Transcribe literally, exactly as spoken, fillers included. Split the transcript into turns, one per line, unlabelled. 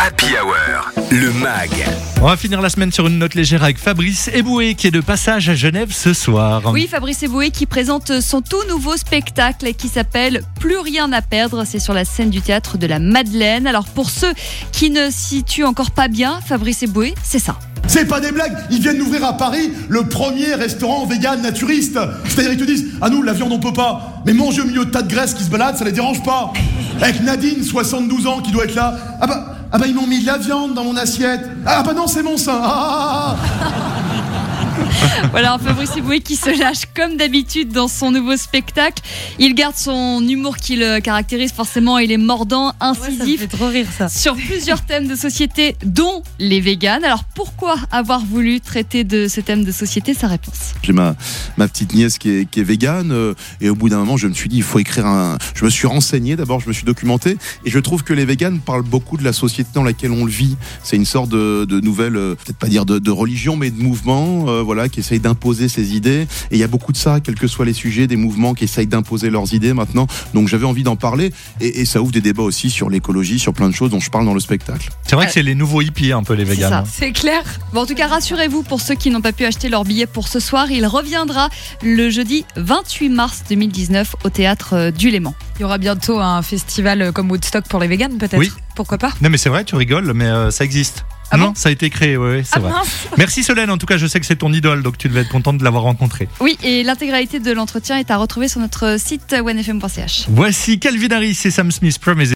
Happy Hour, le mag.
On va finir la semaine sur une note légère avec Fabrice Eboué qui est de passage à Genève ce soir.
Oui, Fabrice Eboué qui présente son tout nouveau spectacle qui s'appelle Plus rien à perdre. C'est sur la scène du théâtre de la Madeleine. Alors pour ceux qui ne situent encore pas bien, Fabrice Eboué, c'est ça.
C'est pas des blagues, ils viennent d'ouvrir à Paris le premier restaurant vegan naturiste. C'est-à-dire ils te disent, ah nous la viande on peut pas, mais manger au milieu de tas de graisse qui se baladent, ça les dérange pas. Avec Nadine, soixante-douze ans, qui doit être là, ah bah, ah bah ils m'ont mis de la viande dans mon assiette. Ah bah non c'est mon sein. Ah, ah, ah.
Voilà, Fabrice Eboué qui se lâche comme d'habitude dans son nouveau spectacle. Il garde son humour qui le caractérise forcément, il est mordant, incisif.
Ouais, ça me fait trop rire ça.
Sur plusieurs thèmes de société, dont les véganes. Alors pourquoi avoir voulu traiter de ce thème de société? Sa réponse.
J'ai ma, ma petite nièce qui est, qui est végane euh, et au bout d'un moment je me suis dit il faut écrire un... Je me suis renseigné d'abord, je me suis documenté et je trouve que les véganes parlent beaucoup de la société dans laquelle on le vit. C'est une sorte de, de nouvelle, euh, peut-être pas dire de, de religion mais de mouvement euh, voilà, qui essaye d'imposer ses idées et il y a beaucoup de ça, quels que soient les sujets, des mouvements qui essayent d'imposer leurs idées maintenant. Donc j'avais envie d'en parler et, et ça ouvre des débats aussi sur l'écologie, sur plein de choses dont je parle dans le spectacle.
C'est vrai que c'est les nouveaux hippies un peu les véganes.
C'est,
hein.
c'est clair. Bon, en tout cas, rassurez-vous pour ceux qui n'ont pas pu acheter leur billet pour ce soir. Il reviendra le jeudi vingt-huit mars deux mille dix-neuf au théâtre du Léman.
Il y aura bientôt un festival comme Woodstock pour les véganes peut-être.
Oui.
Pourquoi pas?
Non mais c'est vrai, tu rigoles, mais euh, ça existe.
Ah
non,
bon
ça a été créé, oui, c'est
Ah
vrai.
mince.
Merci Solène, en tout cas je sais que c'est ton idole, donc tu devais être contente de l'avoir rencontré.
Oui, et l'intégralité de l'entretien est à retrouver sur notre site one f m point c h.
Voici Calvin Harris et Sam Smith, Promise.